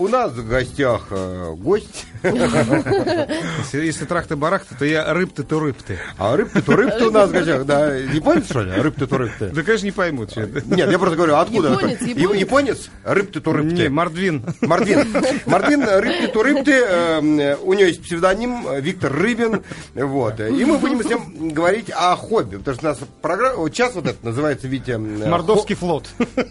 У нас в гостях гость. Если трахты-барахты, то я рыбты-то рыбты. А рыбты-то рыбты у нас в гостях, да. Японец, что ли? Рыбты-то рыбты. Да, конечно, не поймут. Что это. Нет, я просто говорю, откуда? Японец? Рыбты-то рыбты. Не, Мордвин. Мордвин, рыбты-то рыбты. У него есть псевдоним Виктор Рыбин. Вот. И мы будем с ним говорить о хобби. Потому что у нас программа, час вот это называется, Витя... Мордовский флот.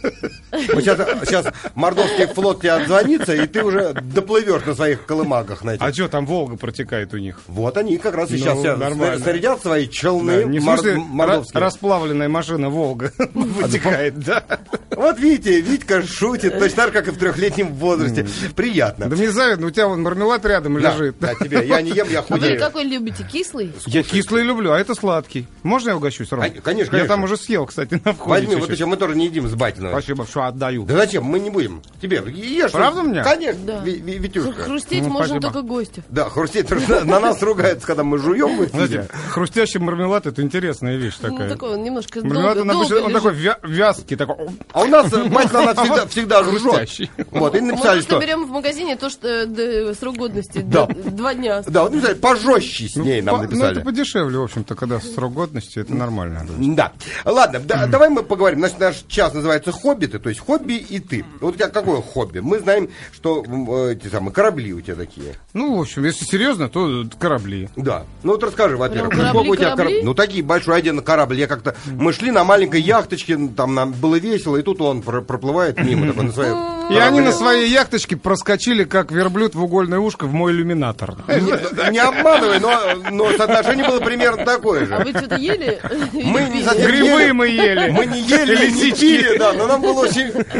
Вот сейчас Мордовский флот тебе отзвонится, и ты уже доплывешь на своих колымагах. На этих. А что, там Волга протекает у них? Вот они как раз сейчас снарядят свои челны. Да, не в смысле расплавленная машина Волга вытекает, да? Вот видите, Витька шутит, точно так, как и в 3-летнем возрасте. Приятно. Да мне завидно, у тебя вон мармелад рядом лежит. Да, тебе. Я не ем, я худею. А вы какой любите, кислый? Я кислый люблю, а это сладкий. Можно я угощусь, Ром? Конечно. Я там уже съел, кстати, на входе. Возьми, вот еще мы тоже не едим с Батиного. Спасибо, что отдаю. Да зачем? Мы не будем. Тебе ешь. Правда мне? Конечно, Да. Витюшка. Хрустеть можно только гостю. Да, хрустеть. На нас ругаются, когда мы жуем. Знаете, хрустящий мармелад — это интересная вещь такая. Ну, такой он немножко мармелад, он такой вязкий, такой. А у нас мать на нас всегда жжет. Вот, и написали, мы что... берем в магазине то, что срок годности, Да. 2 дня. Да, вот написали, пожестче с ней нам написали. Ну, это подешевле, в общем-то, когда срок годности, это нормально. Да. Ладно, давай мы поговорим. Значит, наш час называется «Хоббиты», то есть хобби и ты. Вот у тебя какое хобби? Мы знаем, что эти самые корабли у тебя такие. Ну, в общем, если серьезно, то корабли. Да. Ну вот расскажи, во-первых, Прям сколько у тебя корабли? Ну, такие большой один корабль. Я как-то... Мы шли на маленькой яхточке, там нам было весело, и тут он проплывает мимо такой на своей... И они на своей яхточке проскочили, как верблюд в угольное ушко, в мой иллюминатор. Не обманывай, но соотношение было примерно такое же. А вы что-то ели? Мы не совсем Грибы мы ели. Мы не ели, не пили, да, но нам было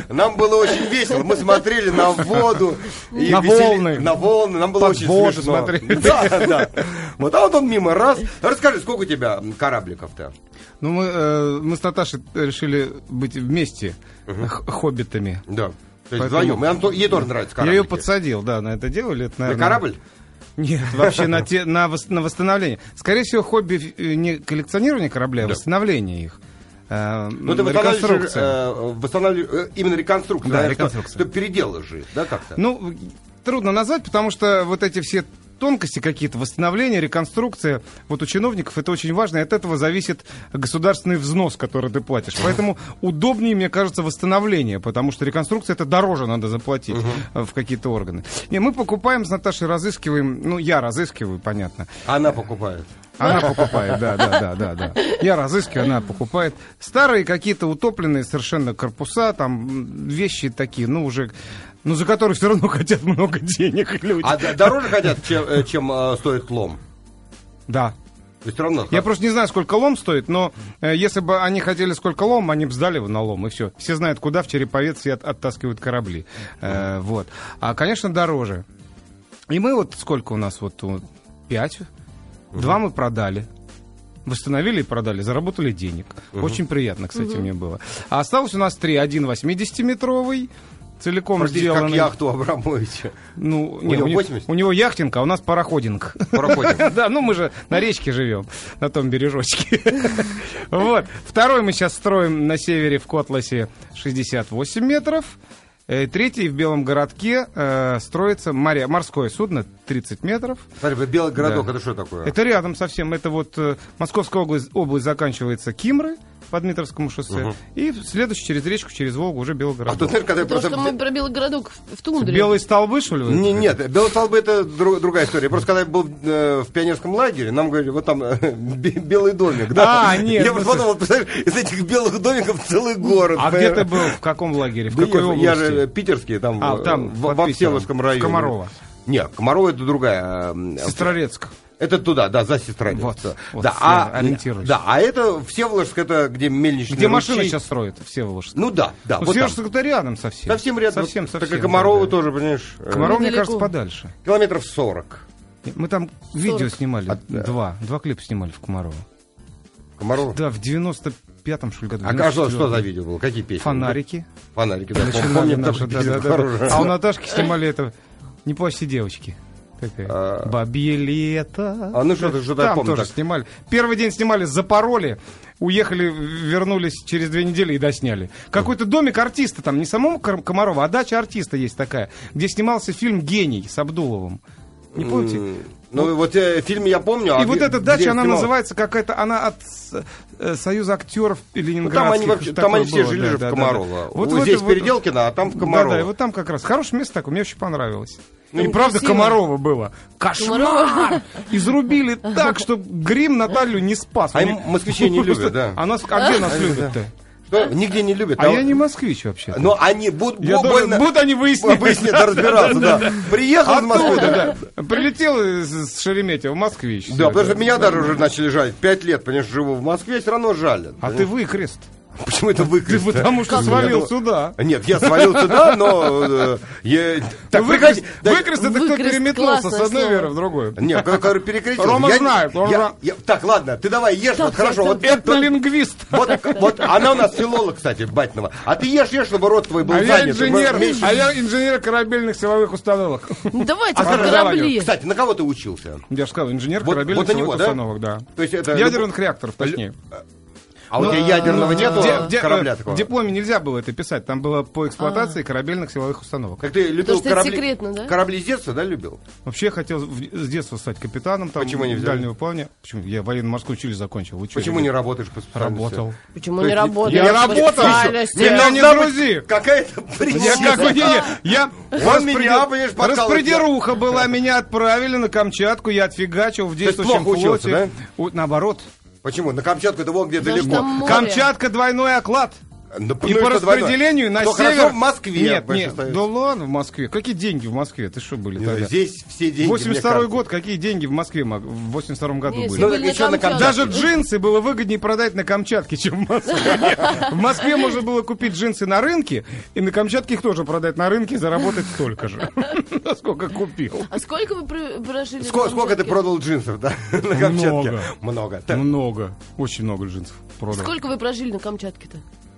очень весело. Мы смотрели на воду. На волны. На волны, нам было очень смешно. Смотрели. Да. Вот, а вот он мимо раз. Расскажи, сколько у тебя корабликов-то? Ну, мы с Наташей решили быть вместе хоббитами. Да. То есть вдвоем. Ей тоже нравится кораблики. Я ее подсадил, да, на это дело. Лет, наверное, на корабль? Нет, вообще на восстановление. Скорее всего, хобби не коллекционирование кораблей, а восстановление их. Ну, ты восстанавливаешь именно реконструкцию. Да, да, реконструкцию. Что переделаешь же, да, как-то? Ну, трудно назвать, потому что вот эти все тонкости какие-то, восстановление, реконструкция, вот у чиновников это очень важно, и от этого зависит государственный взнос, который ты платишь. Поэтому удобнее, мне кажется, восстановление, потому что реконструкция это дороже надо заплатить в какие-то органы. Не, мы покупаем с Наташей, разыскиваем, ну, я разыскиваю, понятно. Она покупает. Она покупает, да. Я разыскиваю, она покупает. Старые какие-то утопленные совершенно корпуса, там вещи такие, ну, уже... Ну, за которые все равно хотят много денег люди. А дороже хотят, чем стоит лом? Да. То есть равно. Я просто не знаю, сколько лом стоит, но если бы они хотели сколько лом, они бы сдали его на лом, и все. Все знают, куда в Череповец все оттаскивают корабли. Вот. А, конечно, дороже. И мы вот, сколько у нас, вот 5, 2 мы продали. Восстановили и продали, заработали денег. Очень приятно, кстати, мне было. А осталось у нас 3. Один 80-метровый, целиком простите, сделанный. Как яхту Абрамовича. Ну, у него яхтинг, а у нас пароходинг. Да, ну мы же на речке живем, на том бережочке. Вот. Второй мы сейчас строим на севере в Котласе 68 метров. Третий в Белом городке строится морское судно 30 метров. Смотри, Белый городок, это что такое? Это рядом совсем. Это вот Московская область заканчивается Кимры по Дмитровскому шоссе. И следующий через речку, через Волгу уже Белый городок. А тут, наверное, когда Потому что мы про Белый городок в тундре. Белые столбы, что ли? Нет, Белые столбы это другая история. Просто когда я был в пионерском лагере, нам говорили, вот там белый домик. Да? Нет. Я просто подумал, представляешь, из этих белых домиков целый город. А где ты был? В каком лагере? В какой области? Я же питерский, там во Всеволожском районе. Комарова. Нет, Комарова это другая. Сестрорецк. Это туда, да, за Сестрорецк. Вот да, ориентируюсь. Да, а это Всеволожск, это где мельничный Где машины сейчас строят, Всеволожск. Ну да. Вот Всеволожск это рядом совсем. Совсем рядом. Совсем. Так и Комарова тоже, понимаешь. Комарова, мне кажется, подальше. Километров 40. Мы там видео снимали, два клипа снимали в Комарово. Комарова? Да, в 95-м, что ли, году. А что за видео было? Какие песни? Фонарики. Фонарики, да. Начинали наши, да. А у Наташки снимали это «Не плачьте, девочки». Такая. Бабье лето. Ну что-то там помню. тоже снимали. Первый день снимали, запороли. Уехали, вернулись через 2 недели и досняли. Какой-то домик артиста там, не самого Комарова, а дача артиста есть такая, где снимался фильм «Гений» с Абдуловым. Не помните? Ну, вот фильм я помню. И вот эта дача, она называется какая-то, она от Союза актеров ленинградских. Там они все жили же в Комарово. Вот здесь Переделкино, а там в Комарово. Да, и вот там как раз. Хорошее место такое, мне очень понравилось. Ну, и правда красиво. Комарова было. Кошмар! Изрубили так, что грим Наталью не спас. А москвичи не любят, да. А где нас любят-то? Что? Нигде не любят. А я не москвич вообще. Но они будут они выяснять. разбираться, да. Приехал из Москвы. Да. Прилетел из Шереметьево, москвич. Да, потому что меня даже уже начали жалить. 5 лет, потому что живу в Москве, все равно жалят. А ты выкрест. Почему это выкрест? Потому что свалил сюда. Нет, я свалил сюда, но... Выкрест это кто переметнулся с одной слово. веры в другую. Нет, который перекрестился. Рома знает. Так, ладно, ты давай ешь, вот хорошо. Вот этнолингвист. Вот она у нас филолог, кстати, Батинова. А ты ешь, чтобы рот твой был А я занят. инженер корабельных силовых установок. Давайте про корабли. Кстати, на кого ты учился? Я же сказал, инженер Вот корабельных на него, силовых да? установок, да. То есть это Ядерных реакторов, точнее. А у тебя ядерного нету корабля такого? В дипломе нельзя было это писать, там было по эксплуатации корабельных силовых установок. Как ты любил что это секретно, да? корабли с детства, да, любил? Вообще я хотел с детства стать капитаном там, Почему не взяли? дальнего плавания. Почему? Я военно-морское училище закончил. Вы что, Почему ребят? не работаешь по специальности? Работал. Почему То не есть работаешь? я работал. Меня не грузи. Какая-то причина. Он меня, понимаешь, подкалывает. Распределуха была, меня отправили на Камчатку, я отфигачил в действующем плохо учился, флоте. Наоборот. Почему? На Камчатку это вон где Потому что далеко. там море. Камчатка двойной оклад. Ну, И по распределению на Но север... хорошо в Москве. Нет, больше нет, остается. да ладно, в Москве. Какие деньги в Москве? Ты что были тогда? Здесь все деньги. 82-й год, какие деньги в Москве в 82-м году Нет, были? Ну, были так еще на Камчатке. Даже джинсы было выгоднее продать на Камчатке, чем в Москве. В Москве можно было купить джинсы на рынке, и на Камчатке их тоже продать на рынке и заработать столько же. Сколько купил. А сколько вы прожили? Сколько ты продал джинсов, да? На Камчатке? Много. Так. Много. Очень много джинсов продал. Сколько вы прожили на Камчатке-то?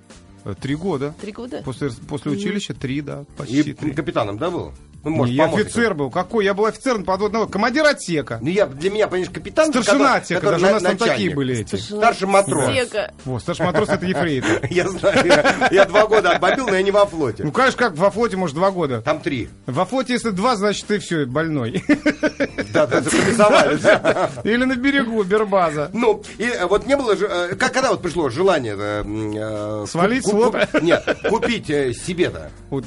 3 года. 3 года? После училища 3, да, И почти 3. капитаном, да, был? Ну, Не, может, я помощником. офицер был. Какой? Я был офицером подводного. Командир отсека. Ну, для меня, понимаешь, капитан... Старшина отсека. который Даже у нас там начальник. такие были эти. Старший матрос. Сека. Вот, старший матрос — это ефрейтор. Я знаю, я 2 года отбомбил, но я не во флоте. Ну, конечно, как во флоте, может, 2 года. Там 3. Во флоте, если 2, значит, ты все, больной. Да, запрессовали. Или на берегу, Бербаза. Ну, и вот не было же... Когда вот пришло желание... Свалить с флота? Нет, купить себе-то. Вот,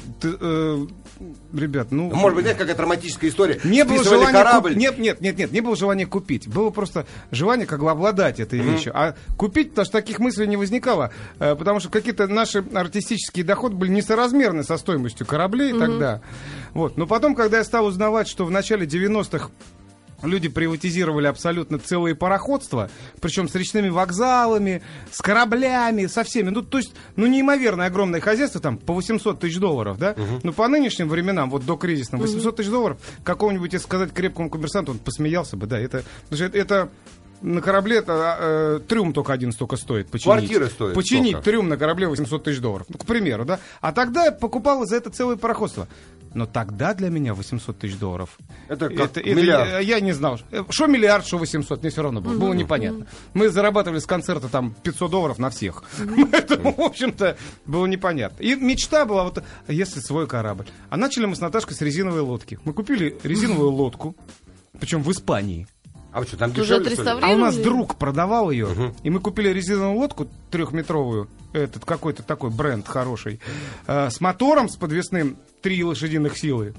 ребят, ну... Может быть, знаешь, какая-то романтическая история. Не было Списывали желания корабль. Нет, не было желания купить. Было просто желание как бы обладать этой вещью. А купить, потому что таких мыслей не возникало. Потому что какие-то наши артистические доходы были несоразмерны со стоимостью кораблей тогда. Вот. Но потом, когда я стал узнавать, что в начале 90-х люди приватизировали абсолютно целые пароходства, причем с речными вокзалами, с кораблями, со всеми. Ну, то есть, неимоверно огромное хозяйство, там, по 800 тысяч долларов, да? Ну, по нынешним временам, вот до кризисного, 800 тысяч долларов, какому-нибудь, если сказать, крепкому коммерсанту, он посмеялся бы, да, это на корабле трюм только один столько стоит починить. Квартиры стоят Починить столько. трюм на корабле 800 тысяч долларов, ну, к примеру, да? А тогда я покупал за это целое пароходство. Но тогда для меня 800 тысяч долларов. Это как миллиард. Я не знал. Что миллиард, что 800, мне все равно было. Было непонятно. Мы зарабатывали с концерта там 500 долларов на всех. Поэтому, в общем-то, было непонятно. И мечта была, вот, если свой корабль. А начали мы с Наташкой с резиновой лодки. Мы купили резиновую лодку, причем в Испании. А вы что, там Уже дешевле, что ли? отреставрировали? А у нас друг продавал ее, и мы купили резиновую лодку 3-метровую, этот какой-то такой бренд хороший, с мотором, с подвесным, 3 лошадиных силы,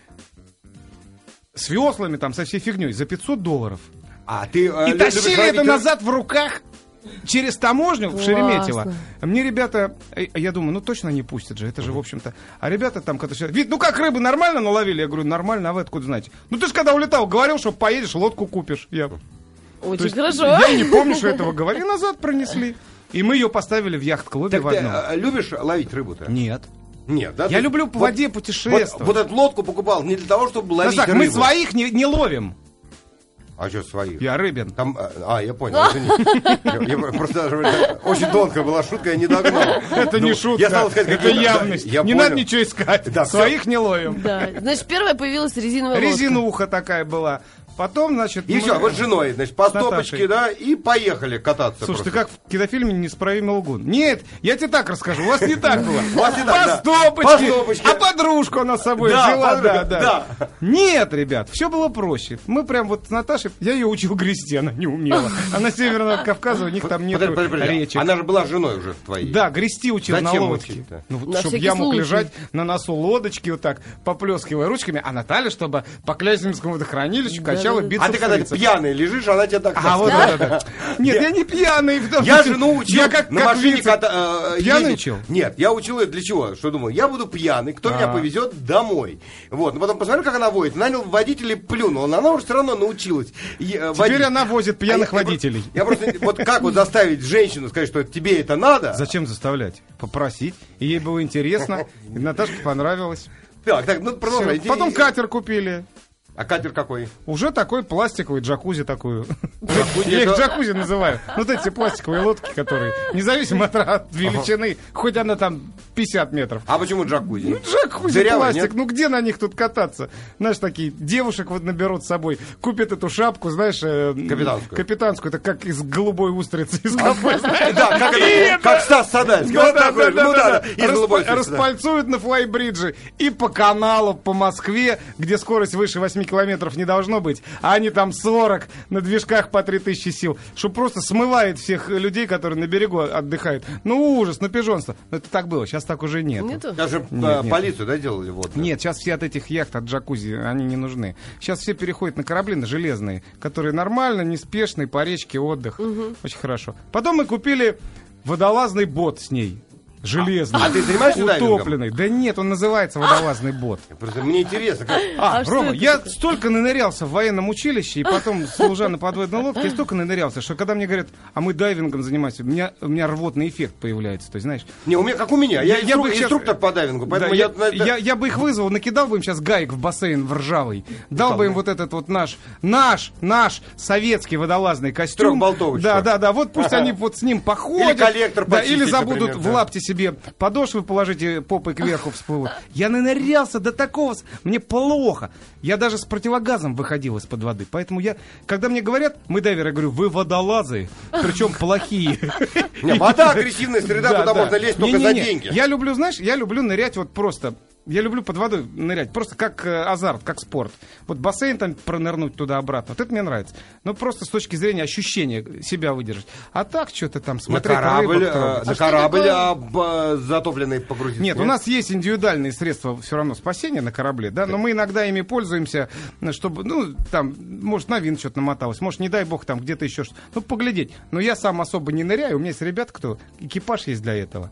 с веслами там, со всей фигней, за 500 долларов. А ты... И тащили это назад в руках через таможню в Шереметьево. Мне ребята, я думаю, ну точно не пустят же, это же, в общем-то. А ребята там, ну как рыбы нормально наловили? Я говорю, нормально, а вы откуда знаете? Ну ты же когда улетал, говорил, что поедешь, лодку купишь. Очень хорошо. Я не помню, что этого говорили, назад пронесли. И мы ее поставили в яхт-клубе Так в ты одном. любишь ловить рыбу-то? Нет. Нет, да? Я люблю по воде путешествовать. Вот эту лодку покупал не для того, чтобы ловить рыбу. Мы своих не ловим. А что своих? Я Рыбин. Там, я понял, извини. Я просто даже очень тонкая была шутка, я не догнал. Это не шутка, это явность. Не надо ничего искать. Своих не ловим. Да. Значит, первая появилась резиновая лодка. Резинуха такая была. Потом, значит... И все, вот с женой, значит, по стопочке, да, и поехали кататься. Слушай, ты как в кинофильме «Неисправимый лгун». Нет, я тебе так расскажу, у вас не так было. По стопочке. А подружку она с собой взяла, да. Нет, ребят, все было проще. Мы прям вот с Наташей, я ее учил грести, она не умела. Она с Северного Кавказа, у них там нет речи. Она же была женой уже твоей. Да, грести учил на лодке. Чтобы я мог лежать на носу лодочки вот так, поплескивая ручками, а Наталья, чтобы по Клязьминскому водохранилищу качала. А ты когда пьяный лежишь, она тебя так... Нет, я не пьяный. Я жену учил на машине Пьяный учил? Нет, я учил ее для чего? Что думал, я буду пьяный, кто меня повезет домой. Вот, но потом посмотрел, как она водит. Нанял водителя и плюнул. Она уже все равно научилась. Теперь она возит пьяных водителей. Я просто... Вот как вот заставить женщину сказать, что тебе это надо? Зачем заставлять? Попросить. И ей было интересно. И Наташке понравилось. Так, ну продолжай. Потом катер купили. А катер какой? Уже такой пластиковый, джакузи такую. Я их джакузи называю. Вот эти пластиковые лодки, которые, независимо от величины, хоть она там 50 метров. А почему джакузи? Джакузи, пластик, ну где на них тут кататься? Знаешь, такие девушек вот наберут с собой, купят эту шапку, знаешь, капитанскую, это как из голубой устрицы из кафе. Да, как Стас Садальский. Распальцуют на флайбридже и по каналу, по Москве, где скорость выше 8 километров не должно быть, а они там 40 на движках по 3000 сил, что просто смывает всех людей, которые на берегу отдыхают. Ну ужас, ну пижонство. Но это так было, сейчас так уже нет. Даже полицию, да, делали? Вот. Нет, сейчас все от этих яхт, от джакузи, они не нужны. Сейчас все переходят на корабли, на железные, которые нормально, неспешные, по речке, отдых. Очень хорошо. Потом мы купили водолазный бот с ней. Железный, ты занимаешься утопленный. Да нет, он называется водолазный бот. Просто мне интересно. Рома, я столько нанырялся в военном училище, и потом служа на подводной лодке, я столько нанырялся, что когда мне говорят, а мы дайвингом занимаемся, у меня рвотный эффект появляется. То есть, знаешь... Не, у меня как у меня. Я инструктор по дайвингу, поэтому я бы их вызвал, накидал бы им сейчас гаек в бассейн в ржавый, дал бы им вот этот вот наш советский водолазный костюм. Трехболтовочку. Да, вот пусть они вот с ним походят. Или коллектор почистить, или забудут например, в лапте себе подошвы положите, попой кверху всплывут. Я нанырялся до такого, мне плохо. Я даже с противогазом выходил из-под воды. Поэтому когда мне говорят, мы дайверы, я говорю, вы водолазы, причем плохие. Вода агрессивная среда, куда можно лезть только за деньги. Я люблю, знаешь, нырять вот просто. Я люблю под водой нырять, просто как азарт, как спорт. Вот бассейн там пронырнуть туда-обратно, вот это мне нравится. Но просто с точки зрения ощущения себя выдержать. А так что-то там смотреть на корабль затопленный погрузить. Нет, у нас есть индивидуальные средства все равно спасения на корабле, да, но мы иногда ими пользуемся, чтобы, там, может, на винт что-то намоталось, может, не дай бог, там где-то еще что-то. Поглядеть. Но я сам особо не ныряю, у меня есть ребята, экипаж есть для этого.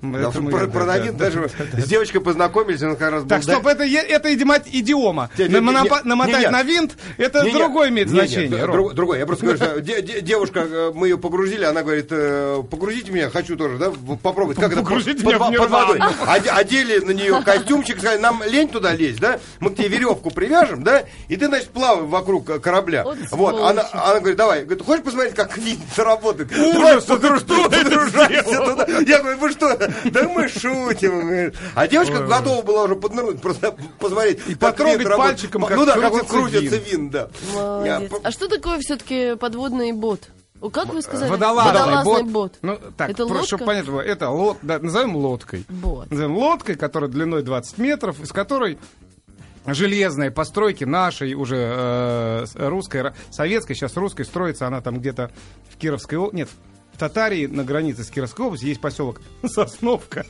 Про винт даже с девочкой познакомились. Так, стоп, это идиома. Намотать на винт, это другое имеет значение. Другое. Я просто говорю, что девушка, мы ее погрузили, она говорит, погрузите меня, хочу тоже, да, попробовать. Как это под водой. Одели на нее костюмчик, сказали, нам лень туда лезть, да, мы к тебе веревку привяжем, да, и ты, значит, плавай вокруг корабля. Вот, она говорит, давай, хочешь посмотреть, как винт работает? Ужас, подружайся туда. Я говорю, вы что, да мы шутим. А девочка готова была уже поднырнуть, просто посмотреть. И потрогать пальчиком, как крутится винт, да. Молодец. А что такое все-таки подводный бот? Как вы сказали? Водолазный бот. Это лодка? Чтобы понять, это назовем лодкой. Назовем лодкой, которая длиной 20 метров, из которой железные постройки нашей уже русской, советской, сейчас русской строится, она там где-то в Кировской области, нет, в Татарии, на границе с Кировской областью, есть поселок Сосновка.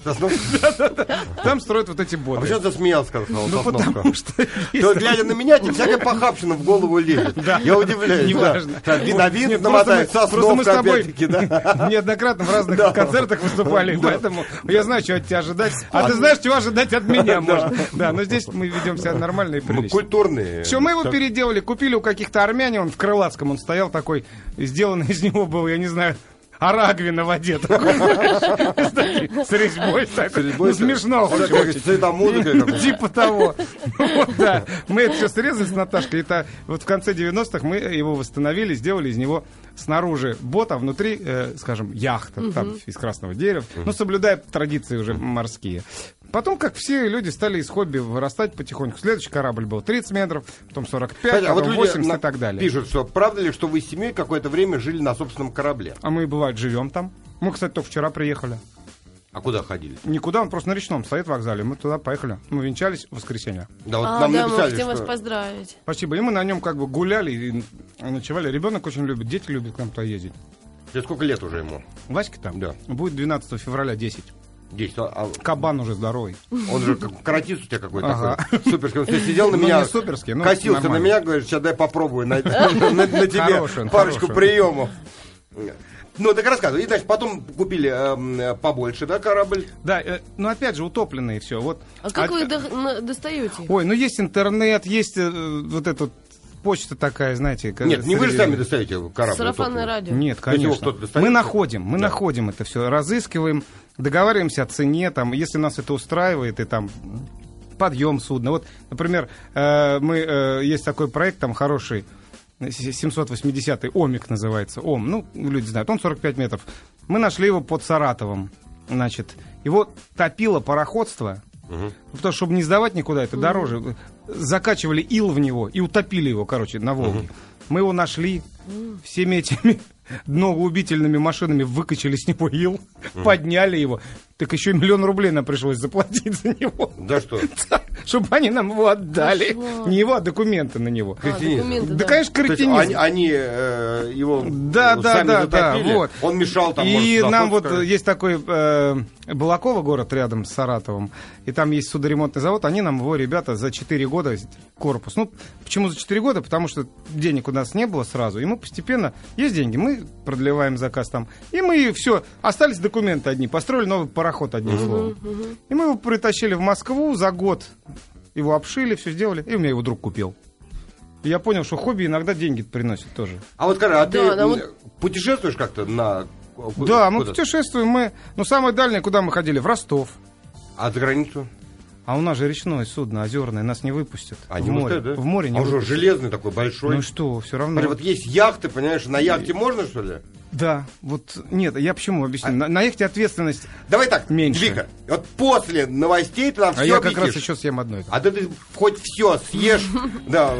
Там строят вот эти боты. А почему ты засмеялся, сказал Сосновка? Потому что... Глядя на меня, тебе всякая похабщина в голову лезет. Я удивляюсь. Неважно. На винт намотает Сосновка, опять-таки, да. Неоднократно в разных концертах выступали, поэтому я знаю, чего от тебя ожидать. А ты знаешь, чего ожидать от меня можно. Да, но здесь мы ведем себя нормально и прилично. Культурные. Все, мы его переделали, купили у каких-то армяне, он в Крылатском, он стоял такой, сделанный из него был, я не знаю, Арагви на воде. С резьбой. Смешно. Цвета музыка. Типа того. Да. Мы это все срезали с Наташкой. Это вот в конце 90-х мы его восстановили, сделали из него снаружи бот, а внутри, скажем, яхта там из красного дерева. Ну, соблюдая традиции уже морские. Потом, как все люди, стали из хобби вырастать потихоньку. Следующий корабль был 30 метров, потом 45, потом 80 и так далее. Пишут, что правда ли, что вы с семьей какое-то время жили на собственном корабле? А мы, бывает, живем там. Мы, кстати, только вчера приехали. А куда ходили? Никуда, он просто на речном стоит в вокзале. Мы туда поехали. Мы венчались в воскресенье. Да, вот нам да, написали, мы хотим вас что... поздравить. Спасибо. И мы на нем как бы гуляли и ночевали. Ребенок очень любит, дети любят к нам туда ездить. Сколько лет уже ему? Ваське там? Да. Будет 12 февраля 10. 10. Кабан уже здоровый. Он же как каратист у тебя какой-то такой. Суперский. Он сидел на меня, не суперский, но косился нормально. на меня, говорит, сейчас дай попробую на тебе парочку приемов. Ну, так рассказывай. И, значит, потом купили побольше, да, корабль? Да, ну опять же, утопленные все. Вот. А как вы достаете? Ой, ну есть интернет, есть вот эта почта такая, знаете. Нет, не вы же сами достаете корабль. Сарафанное радио. Нет, конечно. Мы находим это все, разыскиваем, договариваемся о цене, там, если нас это устраивает, и там подъем судна. Вот, например, есть такой проект там хороший, 780-й, ОМИК называется, ОМ, ну, люди знают, он 45 метров. Мы нашли его под Саратовом, значит, его топило пароходство, потому что, чтобы не сдавать никуда, это дороже, закачивали ил в него и утопили его, короче, на Волге. Мы его нашли, всеми этими дноубительными машинами выкачали с него ил, подняли его. Так еще и 1 000 000 рублей нам пришлось заплатить за него. Да что? Чтобы они нам его отдали. Не его, а документы на него. Документы, да, конечно, кретинизм. Они его сами затопили. Вот. Он мешал там. И нам вот есть такой Балаково, город рядом с Саратовом, и там есть судоремонтный завод, они нам его, ребята, за 4 года корпус. Ну, почему за 4 года? Потому что денег у нас не было сразу, и мы постепенно, есть деньги, мы продлеваем заказ там, и мы все, остались документы одни, построили новый пароход, одним словом. И мы его притащили в Москву за год, его обшили, все сделали, и у меня его друг купил. И я понял, что хобби иногда деньги приносит тоже. А вот скажи, ты путешествуешь как-то на... Да, мы путешествуем, ну, самое дальнее, куда мы ходили, в Ростов. А за границу? А у нас же речное судно, озерное, нас не выпустят. А не выпустят, да? В море не выпустят. Он уже железный такой, большой. Ну и что, все равно. Смотри, вот есть яхты, понимаешь, на яхте можно, что ли? Да, вот, нет, я почему объясню. На яхте ответственность давай так, меньше. Вика, вот после новостей ты нам все я объяснишь. Как раз еще съем одно. А ты хоть все съешь. Да.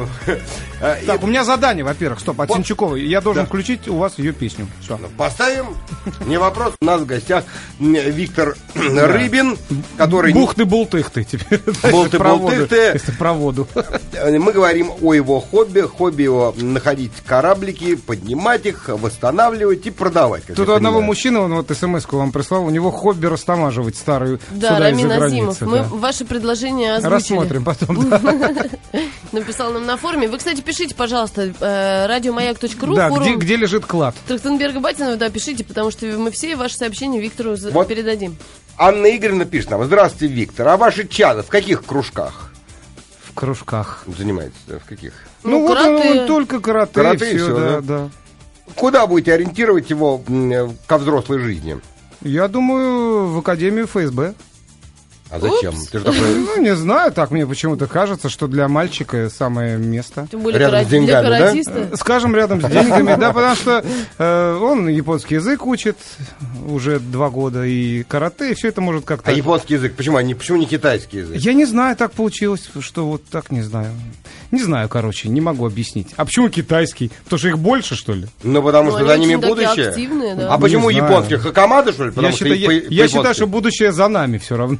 Так, у меня задание, во-первых, стоп, от Сенчукова. Я должен включить у вас ее песню. Все. Поставим, не вопрос. У нас в гостях Виктор Рыбин, который... Бухты-болтыхты теперь. Болты-болтыхты. Про воду. Мы говорим о его хобби. Хобби его находить кораблики, поднимать их, восстанавливать и продавать. Тут у одного мужчины, он вот смс-ку вам прислал, у него хобби растамаживать старую суда из-за границы. Мы ваше предложение озвучили. Рассмотрим потом. Написал нам на форуме. Вы, кстати, пишите, пожалуйста, радиомаяк.ру. Да, где лежит клад. Трахтенберга Батинова, да, пишите, потому что мы все ваши сообщения Виктору передадим. Анна Игоревна пишет нам: здравствуйте, Виктор, а ваши чада в каких кружках? В кружках. Занимаетесь, да, в каких? Ну вот он только карате и все, да. Куда будете ориентировать его ко взрослой жизни? Я думаю, в Академию ФСБ. А зачем? Ты же такой... Ну, не знаю, так мне почему-то кажется, что для мальчика самое место. Тем более рядом с деньгами, для каратиста. Да? Скажем, рядом с деньгами, да, потому что он японский язык учит уже 2 года, и карате, и все это может как-то... А японский язык? Почему не китайский язык? Я не знаю, так получилось, что вот так, не знаю. Не знаю, короче, не могу объяснить. А почему китайский? Потому что их больше, что ли? Ну, потому что за ними будущее. Активные, да. А почему японских хакамада, что ли? Я считаю, что будущее за нами все равно.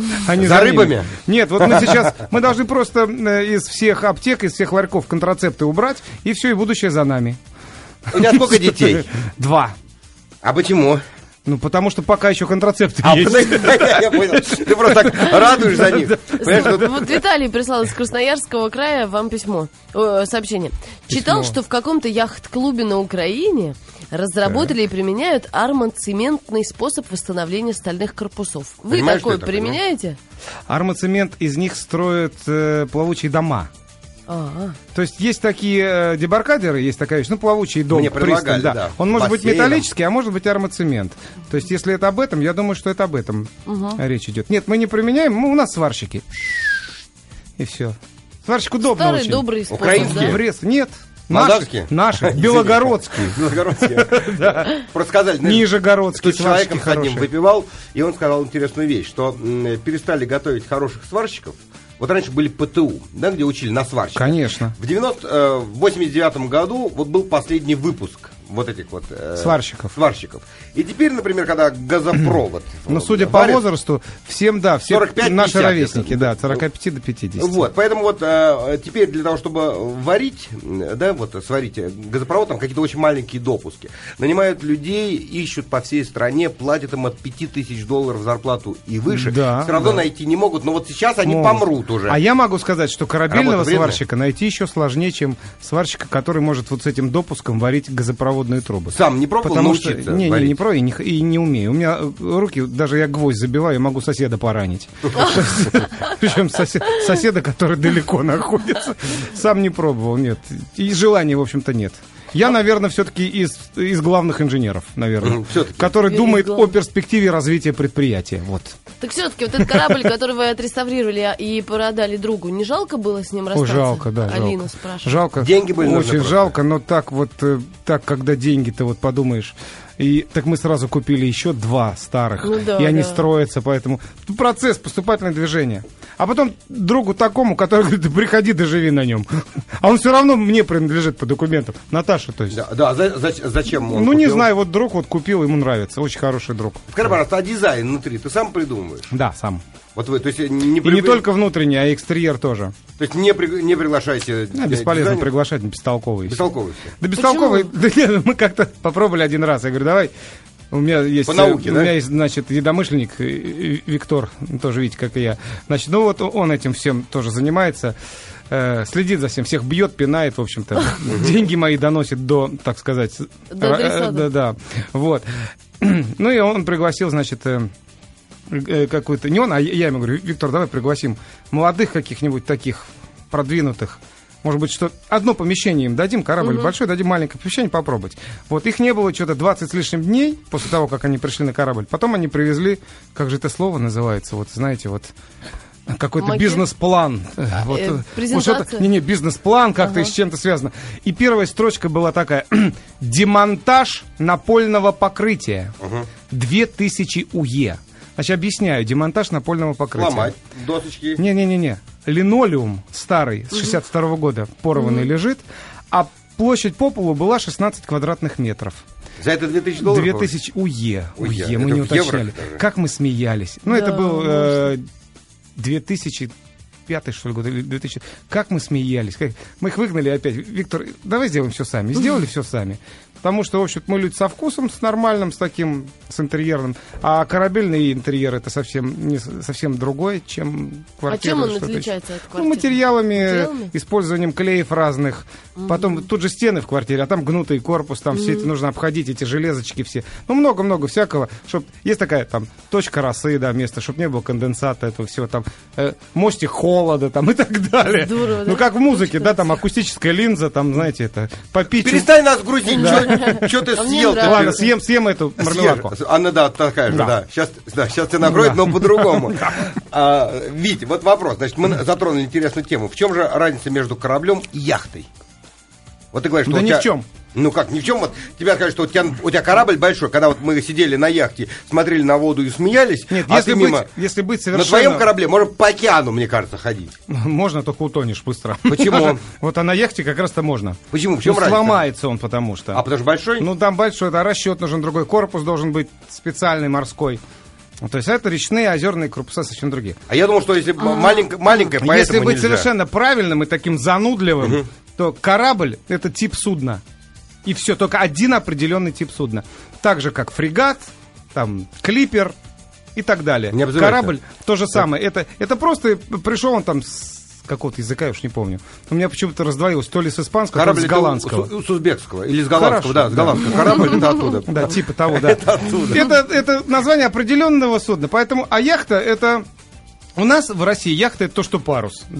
За рыбами? Нет, вот мы должны просто из всех аптек, из всех ларьков контрацепты убрать, и все, и будущее за нами. У тебя сколько детей? 2. А почему? Ну, потому что пока еще контрацепты есть. Я понял. Ты просто так радуешь за них. Вот Виталий прислал из Красноярского края вам сообщение. Читал, что в каком-то яхт-клубе на Украине разработали и применяют армоцементный способ восстановления стальных корпусов. Вы такой применяете? Армоцемент, из них строят плавучие дома. То есть есть такие дебаркадеры, есть такая вещь, плавучий дом. Мне предлагали, да. да. Он может быть металлический, а может быть армоцемент. То есть если это об этом, я думаю, что это об этом речь идет. Нет, мы не применяем, у нас сварщики. И все. Сварщик удобно Старый очень. добрый способ, Украинские? да? Нет. Наши, белогородские. Просто сказали, Нижегородские с человеком сварщики с одним хорошие. выпивал, и он сказал интересную вещь, что перестали готовить хороших сварщиков. Вот раньше были ПТУ, да, где учили на сварщика. Конечно. В 89-м году вот был последний выпуск вот этих вот сварщиков. И теперь, например, когда газопровод... Но судя по возрасту, всем, да, все 45-50 наши ровесники, да, от 45 до 50. Вот, поэтому вот теперь для того, чтобы варить, да, вот сварить газопровод, там какие-то очень маленькие допуски. Нанимают людей, ищут по всей стране, платят им от $5000 зарплату и выше. Да, все равно найти не могут, но вот сейчас они помрут уже. А я могу сказать, что корабельного сварщика найти еще сложнее, чем сварщика, который может вот с этим допуском варить газопроводные трубы. Сам не пробовал научиться не пробовал и не умею. У меня руки, даже я гвоздь забиваю, я могу соседа поранить. Причем соседа, который далеко находится. Сам не пробовал, нет. И желания, в общем-то, нет. Я, наверное, все-таки из главных инженеров, наверное, который думает о перспективе развития предприятия. Вот. Так все-таки вот этот корабль, который вы отреставрировали и продали другу, не жалко было с ним расстаться? Жалко, да. Алина спрашивает. Жалко. Деньги были нужны. Очень жалко, но так, когда деньги-то вот подумаешь. И так мы сразу купили еще 2 старых, и они строятся, поэтому процесс, поступательное движение. А потом другу такому, который говорит, приходи, доживи на нем. А он все равно мне принадлежит по документам. Наташа, то есть. Да, зачем он купил? Не знаю, вот друг вот купил, ему нравится, очень хороший друг. Скажи, пожалуйста, а дизайн внутри ты сам придумываешь? Да, сам. Вот вы, то есть не только внутренний, а экстерьер тоже. То есть не приглашайте. Бесполезно приглашать, бестолковые. Бестолковые. Да бестолковые. Да, мы как-то попробовали один раз. Я говорю, давай. У меня есть, по науке, у меня есть, значит, единомышленник Виктор, тоже видите, как и я. Значит, вот он этим всем тоже занимается, следит за всем, всех бьет, пинает, в общем-то. Деньги мои доносит до, так сказать, да, вот. Ну и он пригласил, значит, какую-то, не он, а я ему говорю, Виктор, давай пригласим молодых каких-нибудь таких продвинутых. Может быть, что одно помещение им дадим, корабль большой, дадим маленькое помещение попробовать. Вот их не было что-то 20 с лишним дней после того, как они пришли на корабль. Потом они привезли, как же это слово называется, вот знаете, вот какой-то бизнес-план. Презентация? Не, бизнес-план как-то с чем-то связано. И первая строчка была такая: демонтаж напольного покрытия. 2000 УЕ. Значит, объясняю, демонтаж напольного покрытия. Сломать досочки. Не. Линолеум старый, с 62-го года, порванный лежит, а площадь по полу была 16 квадратных метров. За это $2000? 2000 УЕ. УЕ, мы не уточняли. Как мы смеялись. Ну, это был 2005, что ли, год, или 2000. Как мы смеялись. Мы их выгнали опять. Виктор, давай сделаем все сами. Сделали все сами. Потому что, в общем, мы люди со вкусом, с нормальным, с таким, с интерьером. А корабельный интерьер — это совсем другое, чем квартира. А чем он отличается от квартиры? Материалами, использованием клеев разных. Потом тут же стены в квартире, а там гнутый корпус, там все это нужно обходить, эти железочки все. Ну, много-много всякого. Есть такая там точка росы, да, место, чтобы не было конденсата этого всего, там мостик холода, там и так далее. Здорово, ну, как в музыке, да, там акустическая линза, там, знаете, это попить. Перестань нас грузить, что ты съел? Ладно, съем эту мармеладку. Она, да, такая же, да. Сейчас тебя накроет, но по-другому. Вить, вот вопрос. Значит, мы затронули интересную тему. В чем же разница между кораблем и яхтой? Вот ты говоришь, что да ни в чем. Ну как, ни в чем. Вот тебя скажут, что у тебя корабль большой, когда вот мы сидели на яхте, смотрели на воду и смеялись. Нет, если быть совершенно... На твоем корабле можно по океану, мне кажется, ходить. Можно, только утонешь быстро. Почему? Вот а на яхте как раз-то можно. Почему? В чем разница? Сломается он, потому что. А потому что большой? Ну там большой, да, расчет нужен другой, корпус должен быть специальный, морской. То есть это речные, озерные корпуса совсем другие. А я думал, что если маленькая, поэтому если быть нельзя. совершенно правильным и таким занудливым, то корабль — это тип судна. И все, только один определенный тип судна. Так же, как фрегат, там, клипер и так далее. Корабль то же самое. Это просто пришел он там с какого-то языка, я уж не помню. У меня почему-то раздвоилось, то ли с испанского, то ли с голландского. С узбекского или с голландского, да, с голландского. Корабль — это оттуда. Да, типа того, да. Это оттуда. Это название определенного судна. Поэтому, а яхта — это... У нас в России яхта — это то, что парус, да?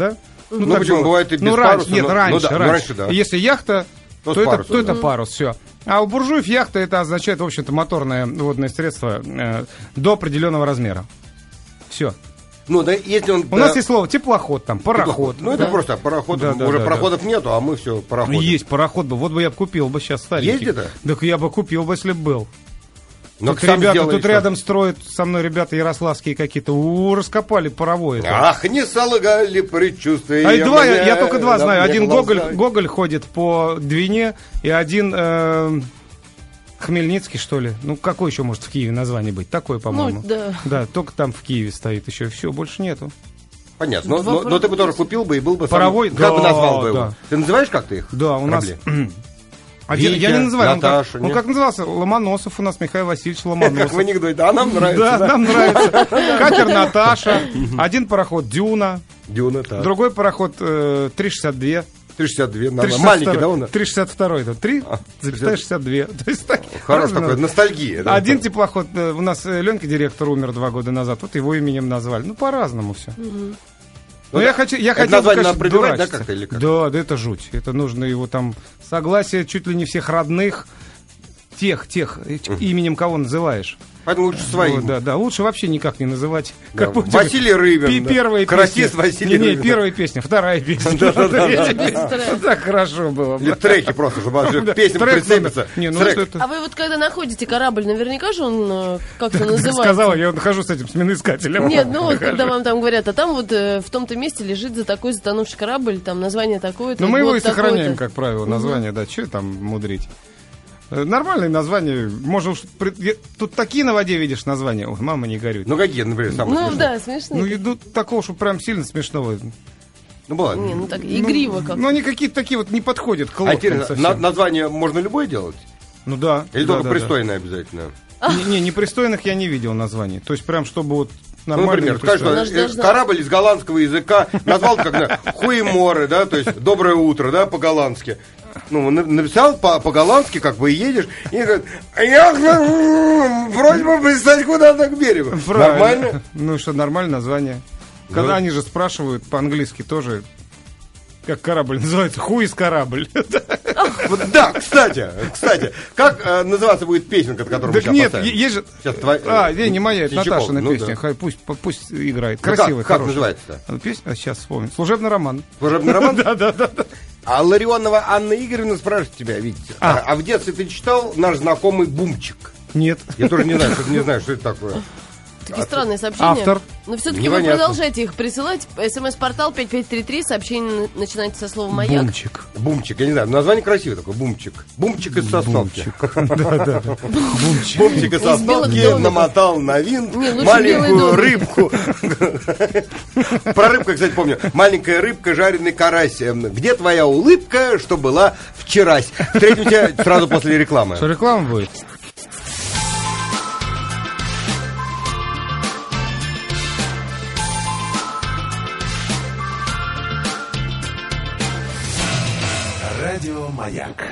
Ну, почему бывает и без паруса? Нет, раньше. Да. Если яхта, то это парус, все. А у буржуев яхта это означает, в общем-то, моторное водное средство до определенного размера. Все. Ну, да, если он... У нас есть слово теплоход, там, пароход. Ну, это просто пароход. Уже пароходов нету, а мы все пароходы. Есть пароход был. Вот бы я купил бы сейчас старенький. Есть это? Так я бы купил бы, если бы был. Но тут ребята тут рядом строят со мной ребята ярославские какие-то. Раскопали паровое. Ах, не солгали предчувствия. А я только два знаю. Один Гоголь ходит по Двине, и один... Хмельницкий, что ли? Ну, какой еще может в Киеве название быть? Такое, по-моему. Ну, да. Да, только там в Киеве стоит еще. Все, больше нету. Понятно. Но ты бы тоже купил бы и был бы паровой, сам... Как бы назвал бы его? Ты называешь как-то их? Да, у нас... Витя, я не называю. Наташа, он как назывался? Ломоносов у нас, Михаил Васильевич Ломоносов. Как в анекдоте. Да, нам нравится. Да, нам нравится. Катер Наташа. Один пароход Дюна. Дюна, так. Другой пароход 362. 362, маленький, да, он? 362, это 3,62. То есть так. Хорош такой, ностальгия. Да, один теплоход, у нас Ленька, директор, умер 2 года назад, вот его именем назвали. Ну, по-разному все. Но я хотел, название надо пробивать, да, как-то или как? Да, это жуть. Это нужно его там согласие чуть ли не всех родных, тех, именем кого называешь. Поэтому лучше своим. Да, лучше вообще никак не называть. Да, Василий Рыбин. Первая Каратист Василий Рыбин. Не, первая песня, вторая песня. Так хорошо было. Или треки просто, чтобы песня прицепиться. А вы вот когда находите корабль, наверняка же он как-то называется? Сказала, я нахожу с этим сменоискателем. Нет, ну вот когда вам там говорят, а там вот в том-то месте лежит за такой затонувший корабль, там название такое-то. Ну мы его и сохраняем, как правило, название, да, что там мудрить. Нормальные названия. Можно уж... Тут такие на воде видишь названия. Ой, мама, не горюй. Ну, какие, например, самые смешные? Ну, да, смешные. Ну, идут такого, что прям сильно смешного. Ну, было. Не, ну так, игриво как-то. Ну, они какие-то такие вот не подходят к лодкам совсем. Название можно любое делать? Ну, да. Или только пристойное обязательно? Не, непристойных я не видел названий. То есть, прям, чтобы вот... Нормально, например, скажешь, корабль из голландского языка назвал как хуеморы, да, то есть доброе утро, да, по-голландски. Ну, написал по-голландски, как бы, и едешь, и говорит, просьба пристать куда-то к берегу. Нормально? Ну, что, нормальное название. Когда они же спрашивают по-английски тоже, как корабль называется, хуис корабль. Да, кстати, как называться будет песенка, которую мы сейчас поставим? Нет, есть же... не моя, это Наташина песня, пусть играет. Красивая, хорошая. Как называется-то? Песня, сейчас вспомню. «Служебный роман». «Служебный роман»? Да. А Ларионова Анна Игоревна спрашивает тебя, видите, а в детстве ты читал наш знакомый «Бумчик»? Нет. Я тоже не знаю, что это такое. Такие странные сообщения. Автор. Но все-таки вы продолжаете их присылать. СМС-портал 5533. Сообщение начинайте со слова «Маяк». Бумчик, я не знаю. Название красивое такое. Бумчик из Сосновки. Да. Бумчик из Сосновки намотал на винт маленькую рыбку. Про рыбку, кстати, помню. Маленькая рыбка, жареный карась. Где твоя улыбка, что была вчерась? Встретимся сразу после рекламы. Что, реклама будет? Радио «Маяк».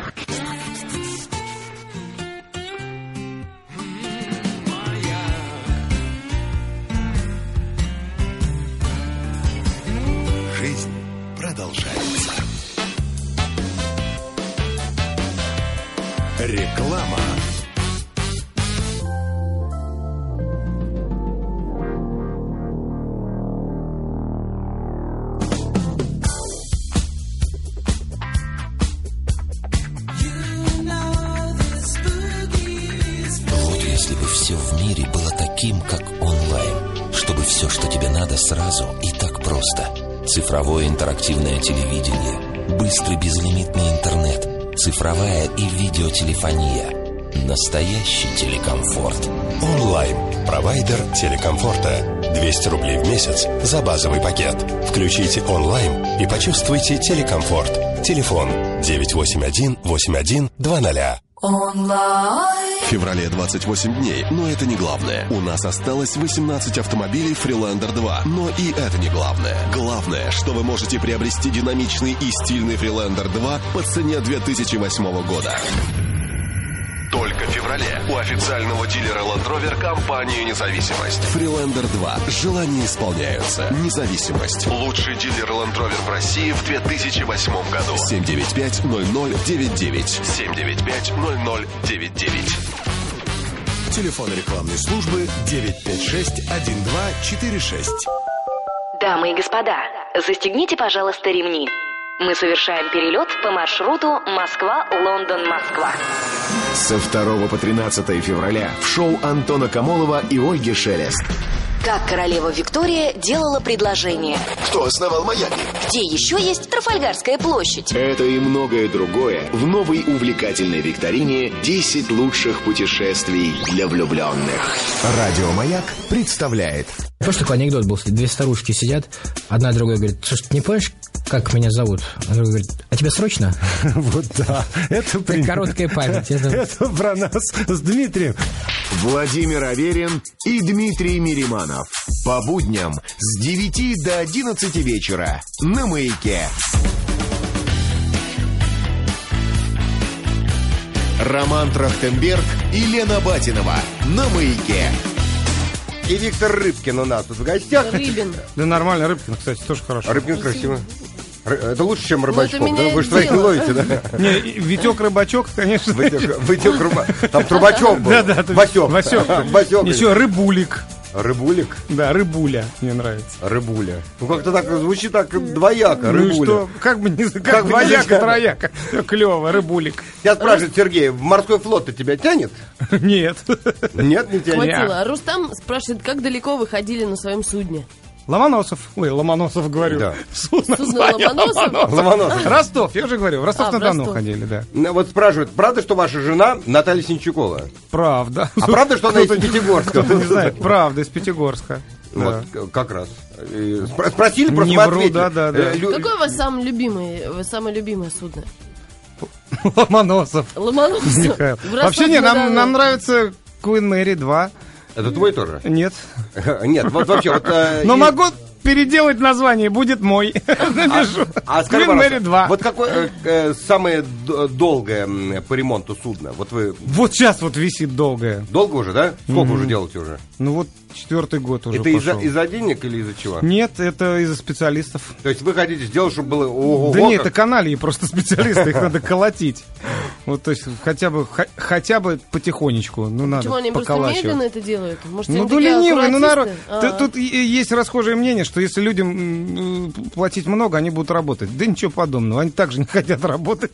Жизнь продолжается. Реклама. Если бы все в мире было таким, как онлайн, чтобы все, что тебе надо, сразу и так просто. Цифровое интерактивное телевидение, быстрый безлимитный интернет, цифровая и видеотелефония. Настоящий телекомфорт. Онлайн. Провайдер телекомфорта. 200 рублей в месяц за базовый пакет. Включите онлайн и почувствуйте телекомфорт. Телефон 981-81-00. Онлайн. В феврале 28 дней, но это не главное. У нас осталось 18 автомобилей Freelander 2, но и это не главное. Главное, что вы можете приобрести динамичный и стильный Freelander 2 по цене 2008 года. Только в феврале у официального дилера Land Rover компании «Независимость». Freelander 2. Желания исполняются. «Независимость». Лучший дилер Land Rover в России в 2008 году. 795-0099. 795-0099. Телефон рекламной службы 956-1246. Дамы и господа, застегните, пожалуйста, ремни. Мы совершаем перелет по маршруту Москва-Лондон-Москва. Со 2 по 13 февраля в шоу Антона Камолова и Ольги Шелест. Как королева Виктория делала предложение. Кто основал Майами? Где еще есть Трафальгарская площадь? Это и многое другое в новой увлекательной викторине «10 лучших путешествий для влюбленных». Радио «Маяк» представляет. Просто такой анекдот был. Две старушки сидят, одна другой говорит: слушай, ты не помнишь, как меня зовут? А другой говорит: а тебя срочно? Вот да, это короткая память. Это про нас с Дмитрием. Владимир Аверин и Дмитрий Мириманов. По будням с 9 до 11 вечера на «Маяке». Роман Трахтенберг и Лена Батинова на «Маяке». И Виктор Рыбкин у нас тут в гостях. Рыбин. Да нормально, Рыбкин, кстати, тоже хорошо. Рыбкин красиво. Это лучше, чем Рыбачков, это да? Вы же своих не ловите, да? Не, Витек Рыбачок, конечно. Вытек Рыбачок. Там Трубачев был. Да, Васек. Васек. Еще Рыбулик. Рыбулик? Да, Рыбуля, мне нравится. Рыбуля. Ну, как-то так звучит так двояко, Ну и Рыбуля. что, как бы двояко, трояко. Клево, Рыбулик. Я спрашиваю, Сергей, в морской флот-то тебя тянет? Нет. Нет, не тянет. Хватило. А Рустам спрашивает, как далеко вы ходили на своем судне? Ломоносов. Ой, Ломоносов, говорю. Да. Судно Ломоносов? Ломоносов. Ростов, я уже говорю, в Ростов-на-Дону Ростов. ходили, да. Ну, вот спрашивают, правда, что ваша жена Наталья Синчукова? Правда. А правда, что она из Пятигорска? Кто-то не знает. Правда, из Пятигорска. Да. Вот, как раз. Спросили, просто Не мы вру, ответили. да. Какое у вас самое любимое судно? Ломоносов. Ломоносов. Михаил. В Вообще, не, Ростов-на-Дону. нам нравится Queen Mary 2. Это твой тоже? Нет. Нет, вот вообще. Вот, Но могу переделать название, будет мой. Напишу. скажи, Queen пожалуйста, Mary 2. Вот какое самое долгое по ремонту судно? Вот вы Вот сейчас вот висит долгое. долго уже, да? Сколько уже делаете уже? Ну вот 4-й год уже Это пошел. из-за денег или из-за чего? Нет, это из-за специалистов. То есть вы хотите сделать, чтобы было... Ого, Да нет, как- это канальи просто специалисты, их надо колотить. Вот, то есть хотя бы потихонечку, ну надо Почему они просто поколачивать. медленно это делают? Может, Ну, они да такие ленивые, ну, народ. аккуратисты? Тут есть расхожее мнение, что если людям платить много, они будут работать. Да ничего подобного, они также не хотят работать.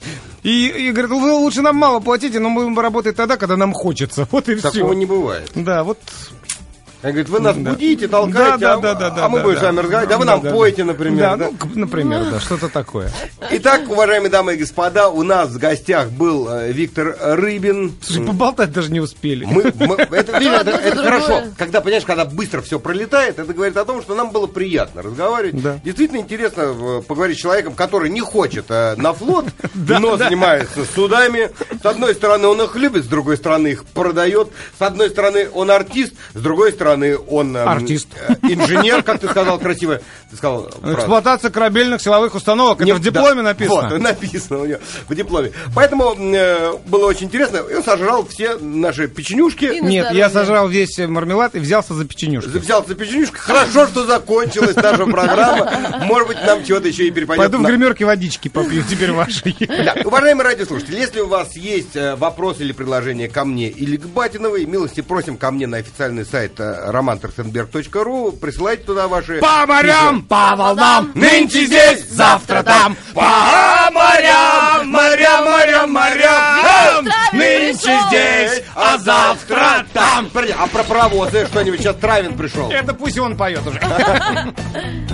И говорят, вы лучше нам мало платите, но мы будем работать тогда, когда нам хочется. Вот и все. Такого не бывает. Да, вот. Они говорят, вы нас Да. будете, толкаете, Да, а мы будем с вами разговаривать. Да вы нам поете, например. Да, да? ну, например, да, что-то такое. Итак, уважаемые дамы и господа, у нас в гостях был Виктор Рыбин. Слушай, поболтать даже не успели. Это, видишь, одно за это другое. хорошо. Когда, понимаешь, когда быстро все пролетает, это говорит о том, что нам было приятно разговаривать. Да. Действительно интересно поговорить с человеком, который не хочет на флот, но занимается судами. С одной стороны, он их любит, с другой стороны, их продает. С одной стороны, он артист, с другой стороны, он Артист. Инженер, как ты сказал красиво. Ты сказал, правда. Эксплуатация корабельных силовых установок. Это Не- в дипломе да, написано. Вот, написано у него в дипломе. Поэтому было очень интересно. И он сожрал все наши печенюшки. И на Нет, здоровье. я сожрал весь мармелад и взялся за печенюшку. Взял за печенюшку. Хорошо, что закончилась наша программа. Может быть, нам чего-то еще и перепадет. Пойду в гримерке водички попью теперь вашей. Да. Уважаемые радиослушатели, если у вас есть вопрос или предложение ко мне или к Батиновой, милости просим ко мне на официальный сайт romantrachtenberg.ru. Присылайте туда ваши... По морям, по волнам, нынче здесь, завтра там. По морям, морям, нынче здесь, а завтра там. Подожди, а про паровозы что-нибудь? Сейчас Травин пришел. Это пусть он поет уже.